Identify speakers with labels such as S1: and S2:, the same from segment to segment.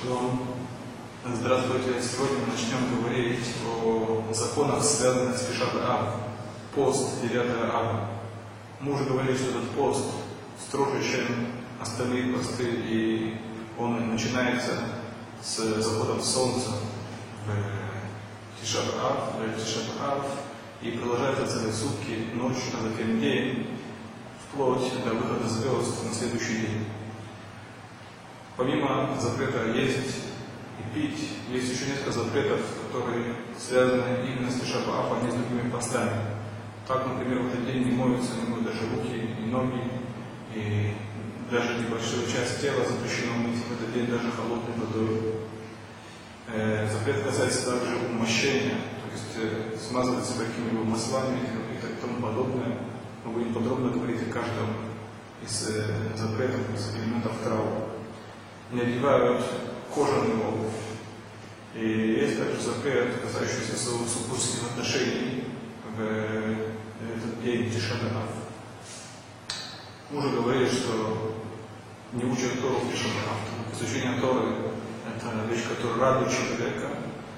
S1: Шалом. Здравствуйте. Сегодня мы начнем говорить о законах, связанных с Тиша б'Ав. Пост 9 ава. Мы уже говорили, что этот пост строже, чем остальные посты, и он начинается с заходом солнца в Тиша б'Ав, и продолжается целые сутки, ночь, а затем день, вплоть до выхода звезд на следующий день. Помимо запрета есть и пить, есть еще несколько запретов, которые связаны именно с Тиша б'Ав, а не с другими постами. Так, например, в этот день не моются даже руки и ноги, и даже небольшую часть тела запрещено мыть в этот день даже холодной водой. Запрет касается также умощения, то есть смазывать себя какими-либо маслами и тому подобное. Мы будем подробно говорить о каждом из запретов, из элементов траура. Не одевают кожаную обувь. И есть также запрет, касающийся супружеских отношений в этот день Тиша б'Ав. Мы уже говорили, что не учат Тору в Тиша б'Ав. Изучение Торы – это вещь, которая радует человека.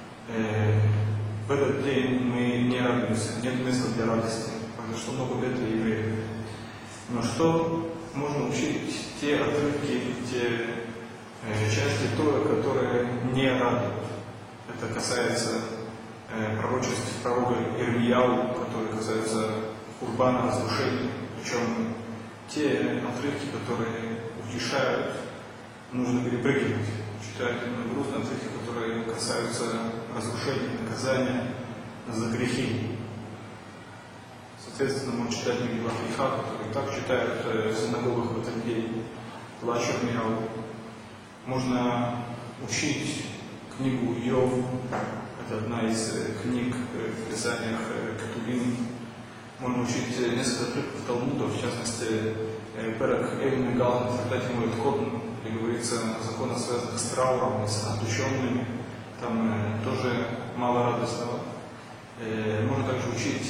S1: В этот день мы не радуемся, нет места для радости, потому что много бед для евреев. Но что можно учить те отрывки, те части Торы, которые не радуют? Это касается пророчеств пророка Ирмияу, которые касаются Хурбана, разрушения. Причем те отрывки, которые утешают, нужно перепрыгивать. Читают именно грустные отрывки, которые касаются разрушения, наказания за грехи. Соответственно, можно читать Мегилат Иха, которые так читают в синагогах в этот день. Плач Ирмияу. Можно учить книгу Иов, это одна из книг в писаниях Кетувим. Можно учить несколько отрывков Талмуда, в частности, Перек Эйвен и Галан, Фертати Моэд Котн, где говорится о законах, связанных с трауром и с заключенными. Там тоже мало радостного. Можно также учить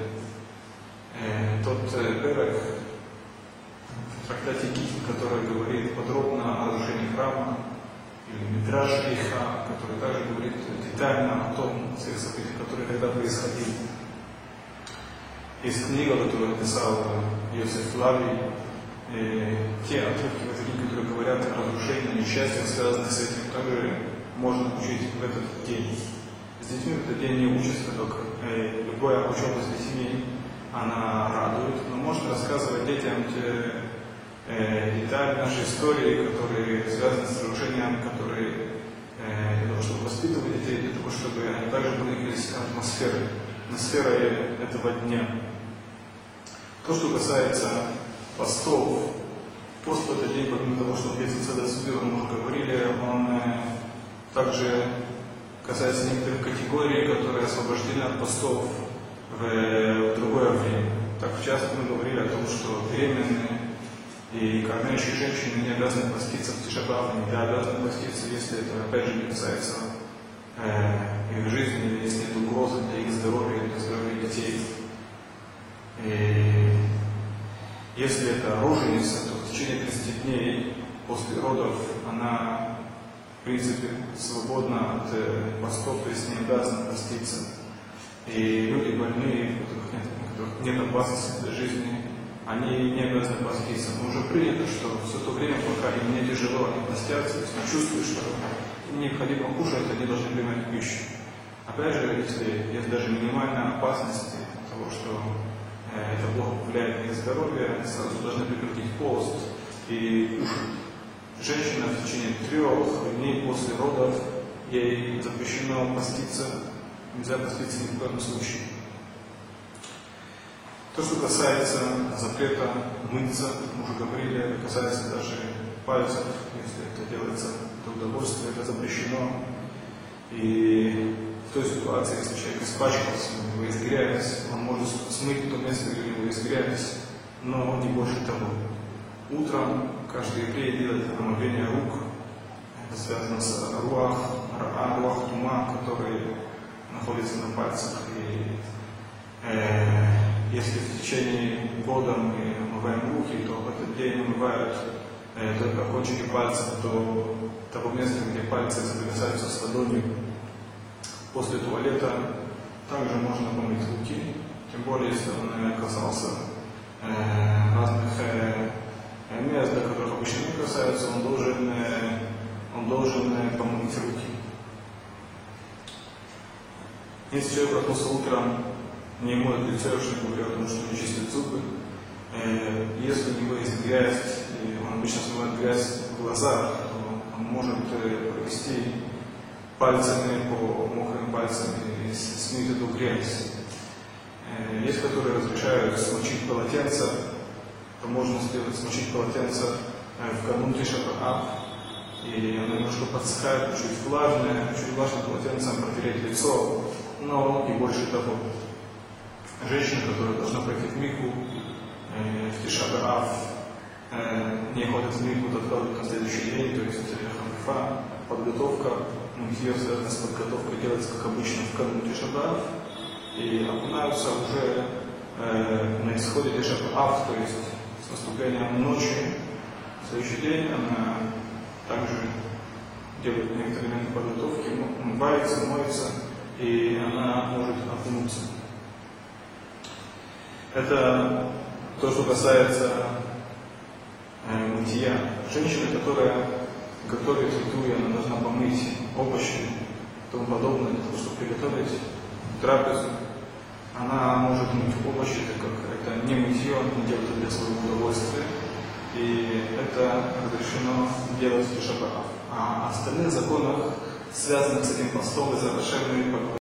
S1: тот Перек в трактате Гитин, который говорит подробно о разрушении храма, или Мидраш Эйха, который также говорит детально о том, всех событиях, которые тогда происходили. Есть книга, которую написал Йосеф Флавий, те отрывки в этой книге, которые говорят о разрушении, несчастьях, связанных с этим, также можно учить в этот день. С детьми в этот день не учатся, только любая учеба с детьми, она радует, но можно рассказывать детям те детали нашей истории, которые связаны с разрушением, которые для того, чтобы воспитывать детей, для того, чтобы они также прониклись атмосферой этого дня. То, что касается постов, пост в этот день, помимо того, что есть Цедек Субир, мы уже говорили, он также касается некоторых категорий, которые освобождены от постов в другое время. Так, в частности, мы говорили о том, что беременные и кормящие женщины не обязаны поститься в Тиша б'Ав, они обязаны поститься, если это, опять же, не касается их жизни, или если это угроза для их здоровья, для здоровья детей. И если это роженица, то в течение 30 дней после родов она, в принципе, свободна от постов, то есть не обязана поститься. И люди больные, у которых нет опасности для жизни, они не обязаны поститься. Но уже принято, что все то время, пока им не тяжело, они постятся, то есть они чувствуют, что им необходимо кушать, они должны принимать пищу. Опять же, если есть даже минимальная опасность того, что это плохо влияет на их здоровье, они сразу должны прекратить пост и кушать. Женщина в течение 3 дней после родов, ей запрещено поститься, нельзя поститься ни в коем случае. То, что касается запрета мыться, мы уже говорили, это касается даже пальцев, если это делается для удовольствия, это запрещено. И в той ситуации, если человек испачкался, у него есть грязь, он может смыть то место, где у него есть грязь, но не больше того. Утром каждый еврей делает омовение рук, это связано с руах тума, который находится на пальцах. И если в течение года мы омываем руки, то в этот день омывают только кончики пальцев до того места, где пальцы соприкасаются с ладонью после туалета, также можно помыть руки, тем более, если он касался разных мест, до которых обычно не касаются, он должен помыть руки. Если человек проснулся утром, не моет лицо, я уже не говорю о том, что не чистит зубы, если у него есть грязь, и он обычно смывает грязь в глазах, то он может провести пальцами по мокрым пальцам и смыть эту грязь. Есть, которые разрешают смочить полотенце, то можно сделать смочить полотенце в канун Тиша б'Ав, и оно немножко подсыхает, чуть влажным полотенцем протереть лицо, но и больше того. Женщина, которая должна пойти в микву в Тиша б'Ав, не ходит в микву, отходит на следующий день, то есть хамифа, подготовка, мытье связано с подготовкой делается, как обычно, в канун Тиша б'Ав, и окунаются уже на исходе Тиша б'Ав, то есть с наступлением ночи. В следующий день она также делает некоторые элементы подготовки, умывается, моется, и она может окунуться. Это то, что касается мытья. Женщина, которая готовит еду, и она должна помыть овощи и тому подобное, для того, чтобы приготовить трапезу, она может мыть овощи, так как это не мытье, она делает это для своего удовольствия, и это разрешено делать в Тиша б'Ав. А о остальных законах, связанных с этим постом и завершенными